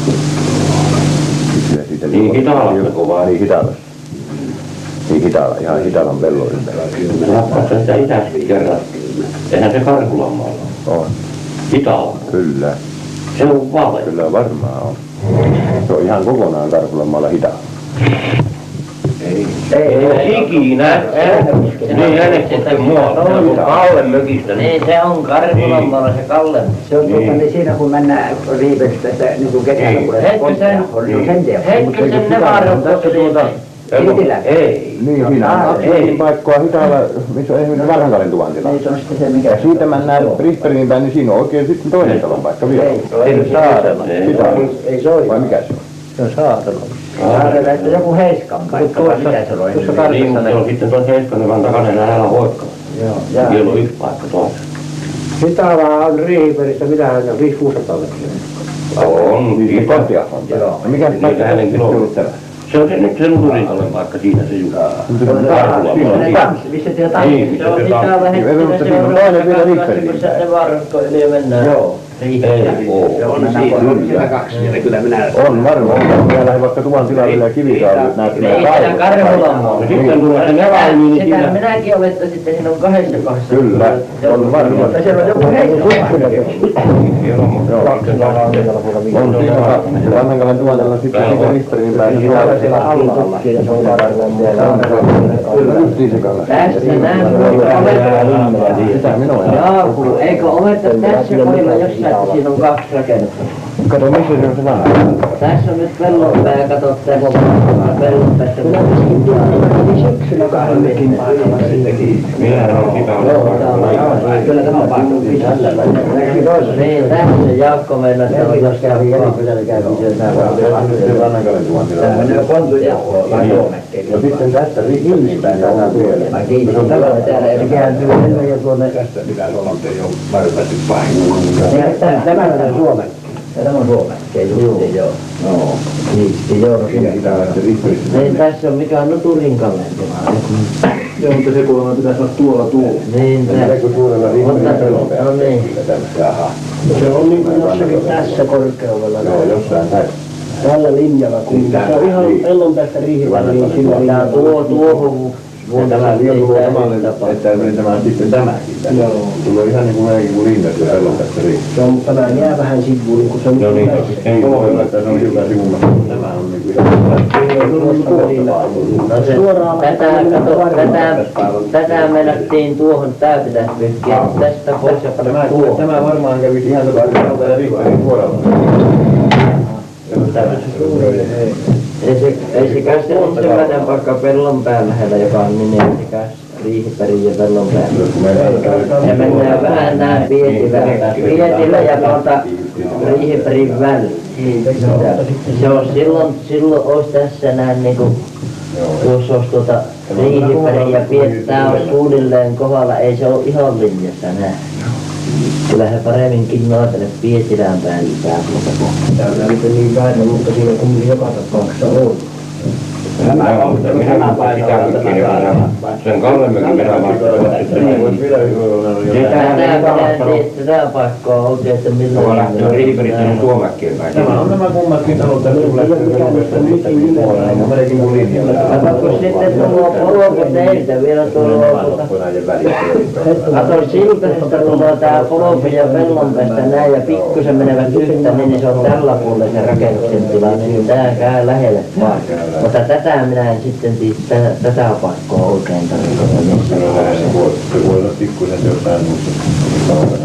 Siitä niin Hitalassa kovaa. Niin Hitalassa. Niin Hitala, ihan Hitalan pellon ympärillä. Se hakkasi sitä itäskin kerran. Eihän se Karhulan maalla on. Hitala. Kyllä. Se on vale. Kyllä varmaan on. Se on ihan kokonaan Karhulan maalla Hitala. Ei. Ei ikinä. Niin äänestettiin muualta. Se on Kallen mökistä. Niin se on Karhulan maalla se Kalle. Se on tuota niin siinä kun mennään Riipestä sitä niin kuin kesällä kun Hetkösen, hetkösen ne vaarot tuota. Kiitilä. Ei. Niin, siinä on kaksi paikkaa Hitala, missä on esimerkiksi Vanhankalin tuvantila. Niin se on sitten se mikä. Ja siitä mennään Rihperinin päin, niin siinä on oikein sitten toinen talon paikka vielä. Ei Saarella. Ei se ole. Vai mikä se on? Se on Saarella. Saarella, että joku Heiskan paikka vai mikä se oli? Tuossa Niin, mutta se on sitten tuon Heiskanen vaan takana älä hoikkaa. Joo. Siellä on yksi paikka toinen. Hitala on Riihiperistä, mitähän se on, viisi kuusisataa metriä. On. Niin, Kontia on. Joo. No mikä paikka se on? Se on se nyt se Nurintalon paikka siinä se juuri. Missä te tanssi? Niin, missä te tanssi. Siinä on toinen vielä Rihperinin päin. Ne vaarot, kun yli mennään. Joo. Ei oo. Se on siinä, on siellä kaksi. Ja kyllä minä... On varmaan. Minä lähdin vaikka tuvan tilalle ja kivisaalit näyttämään Niin, siellä Karhulan. Sitten tulee se Nevaini, niin Sitä siinä... minäkin olen, että sitten siinä on kahdessa kohdassa. Kyllä, on varmaan. Mutta siellä on joku heikko. On siinä kaksi. Vanhankalan tuotella sitten siitä Risterin päässä suoraan siellä alla. Kyllä justiin se kalla. Tässä näin. Sitä minua ei. Jaaku, eikö oleta tässä kohdalla jossain, että siinä on kaksi rakennusta? Kato, missä se on se vanha? Tässä on nyt pellonpää ja kato tässä pellonpäästä. Syksyllä kahdenkin paikalla siitäkin. Minähän on sitä ollut. Kyllä tämä paikka on pitällä. Niin, tässä Jaakko meillä on, jos kävi Järvikylällä kävi sieltä. Se Vanhankalan tuvan tilalle. Tämmöinen kontujauho vai suomekkeli. No sitten tästä Risterin päässä on vielä. Ai kiitos, on tällainen täällä, eli kääntyy ennen ja tuonne. Tästä pitäisi olla jo varmasti paikka. Tämä on suomekkeli. Tämä on suomekkeli, justiin joo. Joo. Niin, joo. Siinä pitää olla se Risterissä. Niin, tässä on mikä on Nuturin kalentema. Joo, mutta se kuulemma pitäisi olla tuolla tuolla. Niin, Se tässä. kun suurella Risterin pelon päässä. No niin. Jaha. Se on niin kuin jossakin tässä korkeudella. Joo, jossain tässä. Tällä linjalla, kun se on ihan pellon päästä riihipäällä, niin sillä Tämä linjalla. tuo tuohon Tämä vielä tulee samalle, että niin tämä on sitten tämäkin tässä. Joo. Sulla on ihan niin kuin meidänkin kuin linjat ja pellon tässä riittää. Se on, mutta tämä jää vähän sivuun, kun se on No niin, ei Voi voi. olla, että se on hiukan sivummassa, mutta tämä on niin kuin No se, tätä, kato, tätä, tätä menettiin tuohon, tää pitäisi pyyhkiä tästä pois ja panna Tämä, tuohon. tämä varmaan kävi ihan tavallaan ja Risterin puolella. Ei se, ei se käs ensimmäinen paikka pellon pään lähellä, joka on nimeltä Riihiperin ja pellon päällä. Ja mennään vähän näin Pietilään. Pietilä ja tuolta Riihiperin väliin. Se on silloin, silloin olisi tässä näin niinku, tuossa olisi tuota Riihiperin ja Piet, tää on suunnilleen kohdalla, ei se ole ihan linjassa näin. Kyllä he paremminkin noin tänne Pietilään päin pääsee. Täällä on niin vähemmän, mutta siinä kumminkin joka tapauksessa on. Tämä on tämä paikka on tämä. Sen Kallemmekin minä maksan sitten. Tätä paikkaa oikein, että Tämä on millään... lähtenyt Riihiperistä niin Suomäkkien päin. Tämä on nämä kummatkin talot, että tulee niistäkin puolella, ja melkein kuin linjalla. Kato, sitten tuolla polku teiltä vielä tuolla... Kato, Siltasesta tulee tää polku ja pellonpäästä näin ja pikkusen menevät yhtä, niin se on tällä puolella se rakennuksen tila, niin tää käy lähelle vaan. Mutta tätä minä en sitten siis tätä, tätä paikkaa oikein tarkoita. Se voi olla pikkuisen jossain muussa kaukana.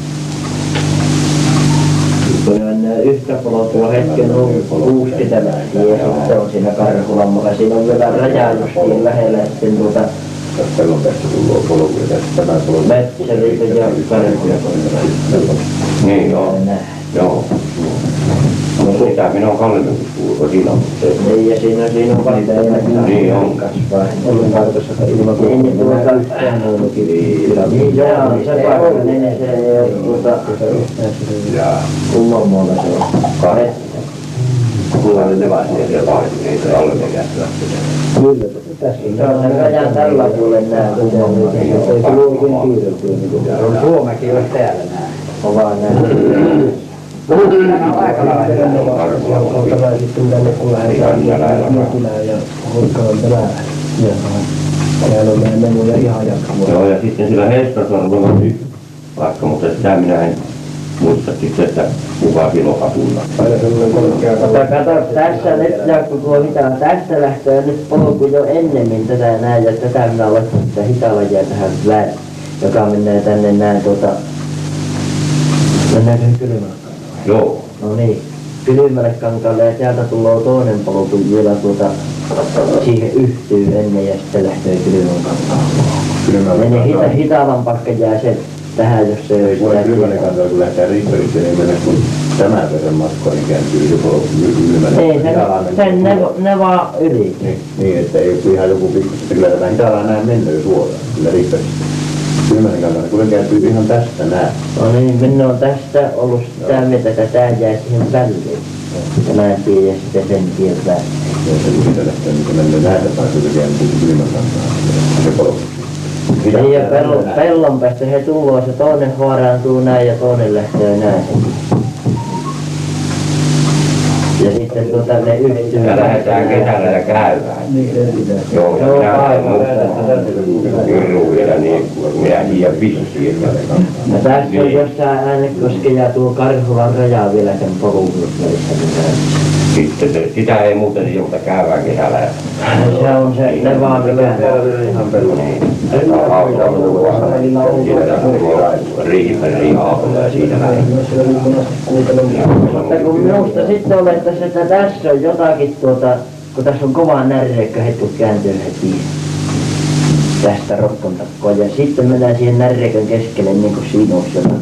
Kun mennään yhtä polkua hetken uusti tämä ja sitten on siinä Karhulammalla. Siinä on vielä raja justiin lähellä ja sitten tuota Tässä pellon päästä tullut polku ja tässä tämä polku. Metsäliitä ja Karhuja. Niin joo. Joo. No sitä minä olen Kallemmekin kuullut silloin. Niin ja siinä, siinä on vasta Niin on. kasvaa. Olen kartossa ilman kuin Niin tuota yhtään on kiviä. Niin joo, se paikka, niin se ei ole tuota kumman muualla se on. Kahdesta. Kuulla ne nevaisia siellä paikka, ei se ole mikään. Kyllä, tässä on. Se on sen rajan tällä puolella nää. Ei se luo oikein piirrettyä. Se on Suomekin, jos täällä näin. On vaan nää. Tämä on aika lailla. Tämä sitten tänne kun lähdetään Miekilään ja Hulkkalan perään. Täällä on meidän menuja ihan jatkuvaa. Joo, ja sitten sillä Hestasarvolla on yksi paikka, mutta sitä minä en muista sitten, että kuka kilokatunna. Aina sellainen korkea Mutta kato, tässä nyt Jaakko, kun on hitaa, tästä lähtee nyt polku jo ennemmin tätä näin, ja tätä minä olen sitä hitalajia tähän väliin, joka menee tänne näin tuota, mennäänkö kylmälle? Joo. No niin, kylmälle kankaalle ja täältä tulee toinen polku vielä tuota, siihen yhtyy ennen ja sitten lähtee kylmän kankaalle. Meni hita, hitavan pakka jää se tähän, jos se ei ole Vuoden kylmänen kantaa, kun lähtee Riihiperistä, niin mennä kun tämän verran matkoa, niin kääntyy joko kylmänen. Ei, sen, sen ne, ne vaan yli. Niin, niin, että ei ole ihan joku pikku, että kyllä tätä Hitalaan näin mennyt suoraan, kyllä Riihiperistä. Kylmänen kantaa, kun se kääntyy ihan tästä näin. No niin, minä on tästä ollut sitä mieltä, että tää jää siihen väliin. Ja mä en tiedä sitten sen tien väliin. Ja se kun siitä lähtee, niin se menee näitä päin, kun se kääntyy kylmän kantaa, se polku. Niin ja pellon, pellon päästä he tulloo, se toinen haaraantuu näin ja toinen lähtee näin. Ja sitten tuota ne yhtyy. Ja lähdetään kesällä ja käydään. Joo, Joo, aivan. Kyrruilla niin minäkin ja vissiin. Ja tässä on jossain Äänekosken ja tuo Karhulan raja vielä sen polun välissä. Sitten se, sitä ei muuten ilta käydään kesällä. Se on se, ne vaan mikä. Riihiperiin aamulla ja siitä näin. Mutta kun minusta sitten olettaisi, että tässä on jotakin tuota, kun tässä on kova närreikkö, hetku kääntyy heti tästä rotkon takkoon ja sitten mennään siihen närreikön keskelle niin kuin siinä olisi jotain.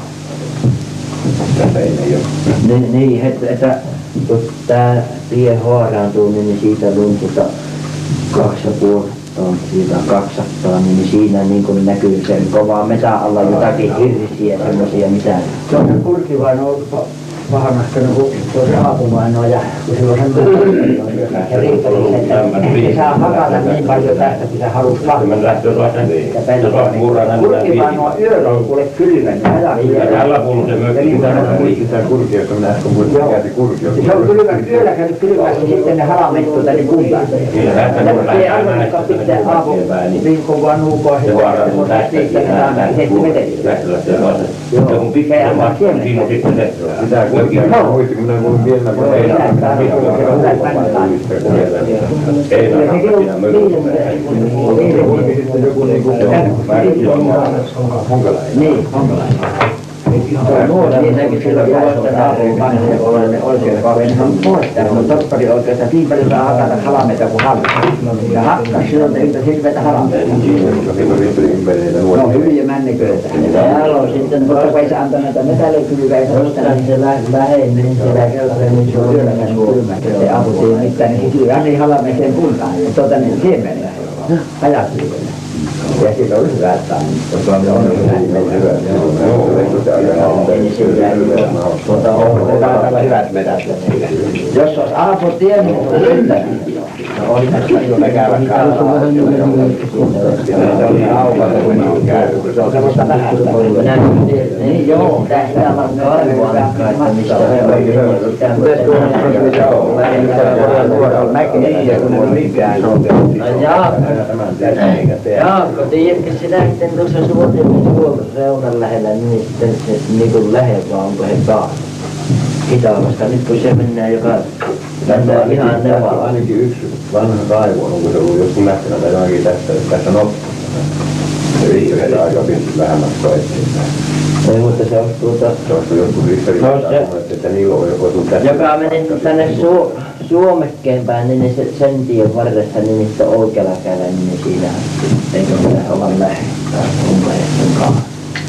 Tässä ei ole. Niin, niin että, että kun tämä tie haaraantuu, niin, niin siitä luin tuota kaksi ja puoli siitä kaksisataa, niin, niin siinä niin kuin näkyy sen kovaa metän alla jotakin hirsiä semmoisia mitä. Se on sen Kurkivaino ollut pahanahkana kuin tuo se Aapuvaino ja kun sillä on semmoinen ja riittäisi, että se saa hakata niin paljon tästä, kun se halusi lahtaa sitä peltoa. Kurkivaino on yöllä on kuule kylmän ja ajaksi. Tällä kuuluu se mökki. Sitä kurkiosta minä äsken muistin, että käytiin kurkiosta. Se on kylmän, yöllä käynyt kylmässä, sitten ne halamettu tänne kuntaan. Se arvoin, joka pitää aapu viikon vaan nuukoa sitten, että kun sitten ne saa heti veteliä. Joo, kun pitää maksaa, siinä on sitten se. Sitä kurkiosta muistin, kun minä kuulin pienellä kun ei nähdä. Ei nähdä siinä mökkiä. Sitten joku niinku honkalainen. Niin, honkalainen. Niitäkin silloin joista naapuun vanhemmin olen oikein kavenhan pois. Täällä on toppari oikein, että niin paljon saa hakata halameita kuin haluaa. Ja hakkas silloin teiltä hirveätä halameita. No hyviä männiköitä. Täällä on sitten Mutta kun ei se antaa näitä metallikylväitä, niin se lähein, niin se lähtee, niin se on yöllä mennyt kylmäksi. Se aputiin mitään, niin se syö niin halameeseen puntaan. Ja tuota niin siemeniä. Ajattelin. Ja siitä on hyvä, että on hyvä. Tuota on hyvät metät. Jos olisi Aapo tiennyt, on kyllä. On tässä käyvä kaavaa. Se on aukalla, kun on käynyt. Se on semmoista vähäistä. Niin joo, tässä on karvoa, että mistä he on mäkeä, kun on mikään. Jaakko, tiedätkö sinä sitten tuossa suotin tuolla reunan lähellä, niin sitten se niin kuin lähellä, onko he taas Itavasta, nyt kun se mennään joka mennään ihan nevalla. Ainakin yksi vanha raivo on, kun se ollut joskus nähtynä tai jonakin tässä, tässä on se viimeinen aika pisti vähän matkaa eteenpäin. Ei, mutta se on tuota... Se olisi joskus ristariitaa, että niillä on joku tullut tässä. Joka meni tänne Su Suomekkeen päin, niin se sen tien varressa, niin niistä oikealla käydä, niin siinä eikö pitäisi olla lähettää Umperesten kanssa.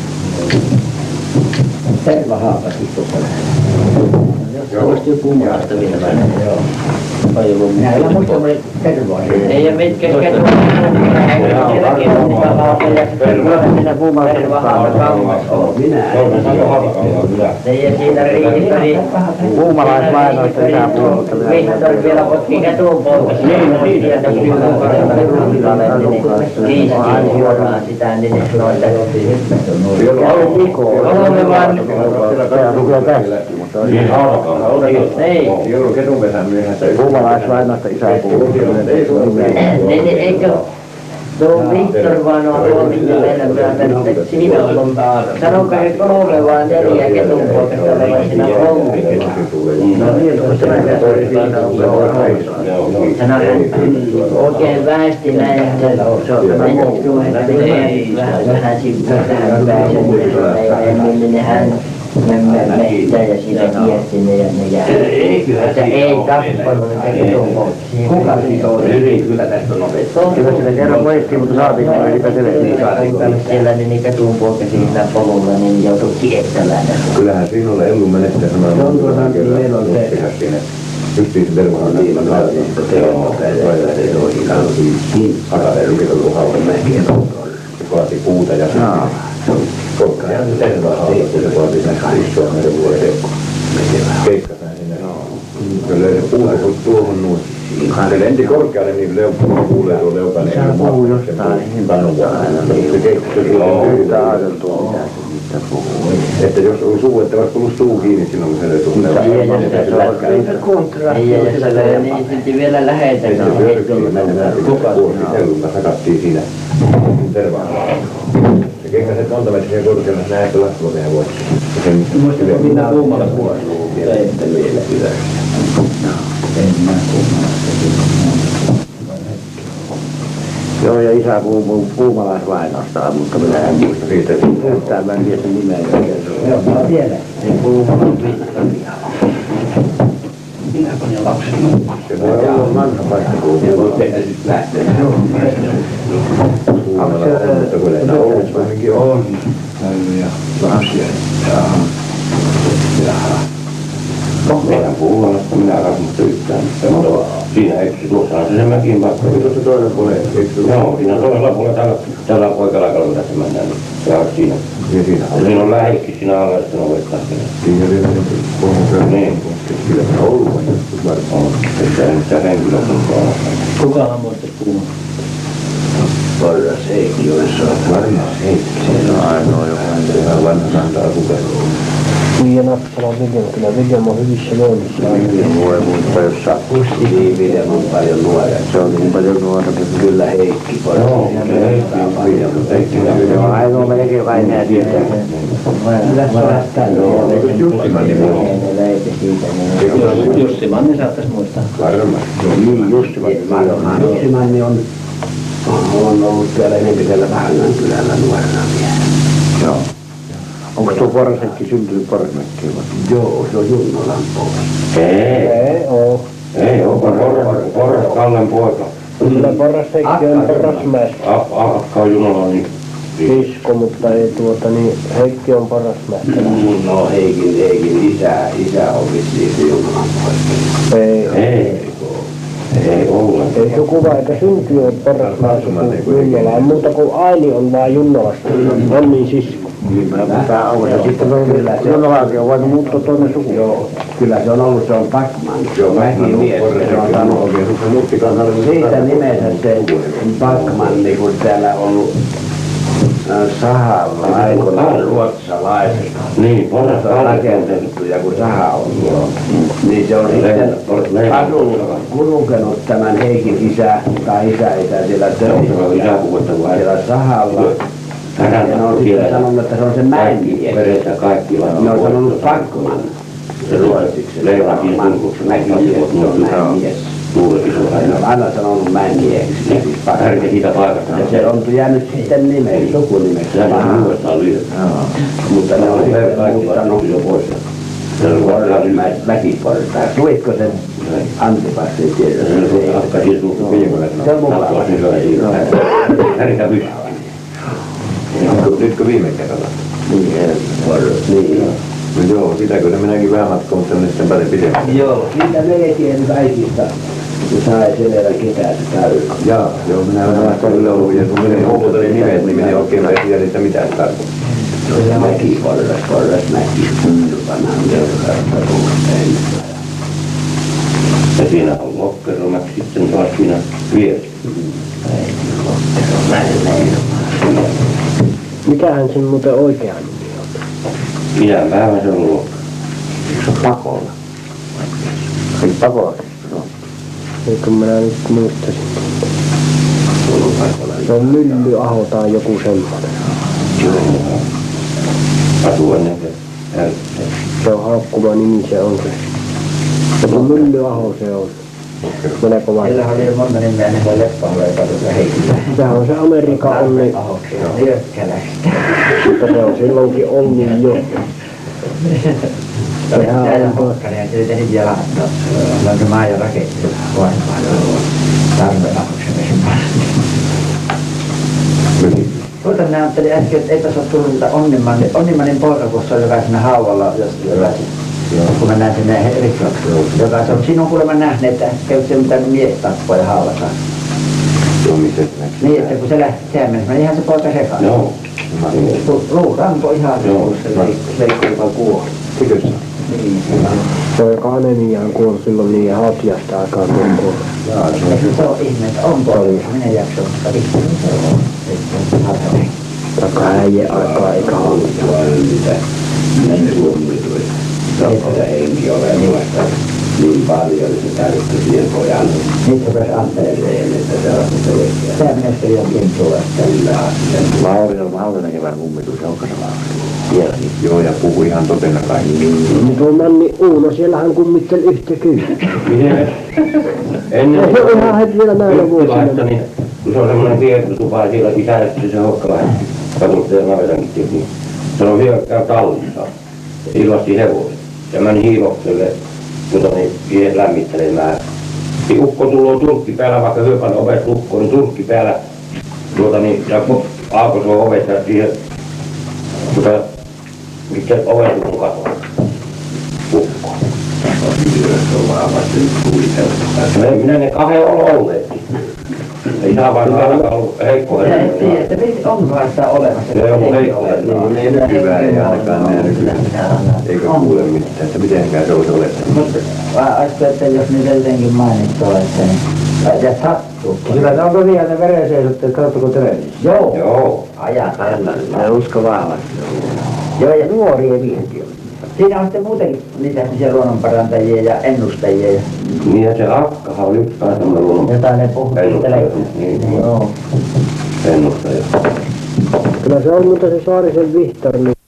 Terva Haapakin tuossa lähellä. Olisi joku muasta vielä tänne, joo. Minä en muista, että oli tervoa. Ei ja mitkä ketut. Sielläkin on niitä haapeja. Siinä Terva Haapakangas on. Minä Ei ja siinä riihissä niin... Puumalaisvainoista isä puolta. Vihtori vielä potki ketun polkassa. Niin, sieltä kuuluu paremmin ruumilalle, niin kiistiin suoraan sitä, niin noita... Kolme vaan... Ei. Joulu ketunpesän myöhässä. Puumalaisvainoista isä puolta. Niin, niin eikö... Tuo Viktor vaan on tuo, mitä meillä myöhemmin siinä on. Sanonko he kolme vai neljä ketunpoikasta olevan siinä koulussa? No niin, kun tämä Sano oikein väesti näin, että se on mennyt tuohon vähän sivuun tähän pääsen, niin nehän mehtää ja siinä kiersi ne ja ne jää. Että ei tappanut niitä ketunpoiksia. Kuka siitä on? Kyllä tästä on nopeasti. Kyllä sitä kerran voittiin, mutta saatiin kun eipä selvä. Siellä niin niitä ketunpoiksia siinä polulla, niin joutui kiertämään. Kyllähän siinä on Ellu menestää sanoa. Se on tuossa, meillä on se. Justiin se tervehän niillä nailla. Se on se on ihan hakaten rukitellut haudan mäkien poltoon. Se vaati puuta ja polkkaa. Ja se vaati isoa meidän vuoden keikkapäin sinne. Kyllä se puuta kun tuohon nuin. Se lenti korkealle niin leukkaan kuulee tuo leukan. Se puhuu jostain himpanoa aina. Se keksii Sitä ajateltua mitä se niistä puhuu. että jos oli suu, että olisi tullut suu kiinni silloin, kun se löi tuolla. Ei ja se löi niin silti vielä lähetäkin. Se pyörkii mennä kukaan sellunta sakattiin siinä tervaalla. Se kekkaset monta metriä korkealla, näin että laskulla tehdä voisi. Muistatko minä kuumalla puolella? Vielä sitten vielä ylös. En mä kuumalla. Joo, ja isä puhuu Puumalaisvainosta, mutta minä en muista siitä. Yhtään mä en tiedä sen nimeä. Joo, mä tiedän. Se Puumalan Viktoria. Minä panin lapsen nukkumaan. Se voi olla vanha paikka, kun Ja voi tehdä sitten lähteä. Kuumalla on, mutta kun ei ollut ainakin on. On. Ja lapsia. Jaha. Jaha. Meidän Puumalasta minä kasvutta yhtään. Siinä eikö tuossa on se se mäkin paikka. Tuossa toinen puoli, eikö se Joo, siinä toisella puolella tällä, tällä poikalaikalla, kun tässä mennään, niin se on siinä. Ja siinä Ja siinä on lähekki siinä alla, että on voit katsella. Siinä oli pohjan Niin. kyllä se on ollut joskus varmaan. On. Että ei mitään henkilökuntaa ole. Kukahan muistat kuumaa? Porras Heikki on saatu. Varmaan Heikki. Se on ainoa, joka Se on vanha kantaa kukaan. Kuija Nappala Vigem, kyllä Vigem on hyvissä voimissa. Niin voi muistaa, jos sattuu. Niin Viljan on paljon nuorempi. Se on niin paljon nuorempi. Kyllä Heikki Porras. Joo, se Heikki on paljon. Heikki on Se on ainoa melkein, joka ei näe tietää. Kyllä se lähtää. Eikö Jussiman nimi ole? Jussi Manni saattaisi muistaa. Varmaan. Niin, Jussiman. Jussimanni on, on ollut täällä enempisellä Vähängän kylällä nuorena miehenä. Joo. Onko tuo Porrasenkin syntynyt Porrasenkin vai? Joo, se on Junnolan poika. Ei, Ei oo. ei, onko Porras, Porras Kallen poika. Kyllä Porrasenkin on Porrasmäessä. Akka on Junola, niin Sisko, mutta ei tuota niin, Heikki on Porrasmäessä. No Heikin, Heikin isä, isä on vissiin se Junnolan poika. Ei. ei, ei ollenkaan. Ei sukuva eikä syntyy ole Porrasmäessä kuin Junnola. Muuta kuin Aini on vaan Junnolasta. On niin sisko. Niin mä pitää aueta. Ja sitten on Junnolaakin on voinut muuttaa toinen suku. Joo, kyllä se on ollut, se on Backman. Se on Mäkin mies, se on saanut oikein. Se muttikan oli siitä nimensä se Backman, niin kun täällä on ollut äh, sahalla aikoinaan ruotsalaiset. Niin, Porras Se on rakennettu ja kun saha on tuolla, niin se on sitten asunut, kulkenut tämän Heikin isä tai isä-isä siellä töissä. Siellä sahalla. Ja ne on sitten sanonut, että se on se mäenmies. Veressä kaikki Ne on sanonut Backman. Se ruotsiksi. Leivakin Mankuksi näki, että se on mäenmies. Tuulekin Ne suoraan. on aina sanonut mäenmieheksi. Siis Härkä Backman. siitä paikasta. Ja se on jäänyt sitten nimeksi, sukunimeksi. Sehän on uudestaan lyhyt. Mutta ne on sitten muuttanut jo pois. Porrasmäet väkiportaa. Tuitko sen Antipassin tiedä? Se on mukava. Härkä pystyy. Nytkö viime kerralla? Niin, Porras, niin. No joo, sitä kyllä minäkin vähän matkaa, mutta on sitten paljon pidemmän. Joo, siitä melkein kaikista. kun sai sen verran ketään se käy. Jaa, joo, minä olen vähän kyllä ollut, ja kun minä houkutelin nimet, niin minä en oikein tiedä, että mitä se tarkoittaa. Se on mäki, porras, porras, mäki, vanhaan velkarta tulleen. Ja siinä on Lokkeromäki sitten taas siinä vieressä. Mikähän sen muuten oikea nimi on? Minä päivän se on Lokkero. Se on Pakola. Ei Pakola. No. Eikö minä nyt muistasin. Se on Myllyaho tai joku semmoinen. Joo. Asuu ennen se älkää. Se on haukkuva nimi, se on se. Mutta Myllyaho se on. Melko vai. Sillä oli monta nimeä, niin kuin Leppaholla ja tuossa Heikkilä. Sehän on se Amerikan onni. Jökkäläistä. Mutta se on silloinkin ollut jo. Sehän on tuo. Hokkari ja se tehnyt jalattaa. Se on se maa ja raketti. Vaihtaa tarveapuksen vesin Tuota minä ajattelin äsken, että ei tässä ole tullut niitä Onnimanin, Onnimanin poikakussa on joka siinä hauvalla, jos, kun mennään sinne Riksvakseen, joka se on sinun kuulemma nähnyt, että käy se mitä mies tappoi ja haavassa. Joo, missä se näkyy? Niin, että kun se lähti sehän mennessä, ihan se poika sekaan. Joo. Luuranko ihan se, kun se leikko, joka kuoli. Eikö se? Niin, Se on joka anemiaan kuollut silloin niin hautiasta aikaa tuon kuollut. Joo, se on ihme, että on kuollut. Minä en jaksa, mutta vittu se on. Sitten harvoin. Taka äijä aikaa eikä ollut. Mitä näin tuomituin. Sappoja henki olemasta niin paljon, että se tarvitsi siihen pojan. Nyt se pääsi Anteeseen, että se on se leikkiä. Tämä ministeri on kintulla. Kyllä asian. Lauri on Maltanen kevään kummituisi Hokkasella. Vieläkin. Joo, ja puhui ihan totena kaikki. Niin tuo Manni Uuno, siellähän kummitteli yhtä kyllä. Miten? Ennen Se on ihan heti vielä näillä vuosina. niin kun se on semmoinen kiertotupa ja siellä isäisesti se Hokkalainen katulta ja navetankin teki, niin se on vielä käy tallissa. Ja illasti hevosen. Ja meni hiilokselle, jota niin siihen lämmittelemään. Niin ukko tullut turkki päällä, vaikka hyöpän ovet lukkoon, niin turkki päällä. Tuota niin, ja Aako se on ovet ja siihen, tuota, mitkä ovet on katoa. Ukko. No, minä ne kahden on olleetkin. Ei saa vaan ainakaan ollut heikko Minä en tiedä, että mitä onkohan sitä olemassa. Se on heikko herra. Ei nykyään ei ainakaan näy kyllä. Eikä kuule mitään, että mitenkään se olisi olettanut. Mutta ajattelin, että jos nyt jotenkin mainittu olette, niin ja sattuu. Kyllä ne on tosiaan ne verenseisotteet, katsotteko televisiossa? Joo. Joo. Ajatellaan. Ne usko vahvasti. Joo, ja nuoria vienti on. Siinä on sitten muutenkin niitä luonnonparantajia ja ennustajia. Ja Niinhän se Akkahan oli yksi kai semmoinen luonnon jotain ne puhuttelee. Niin, Joo. ennustaja. Kyllä se on, mutta se Saarisen Vihtori, niin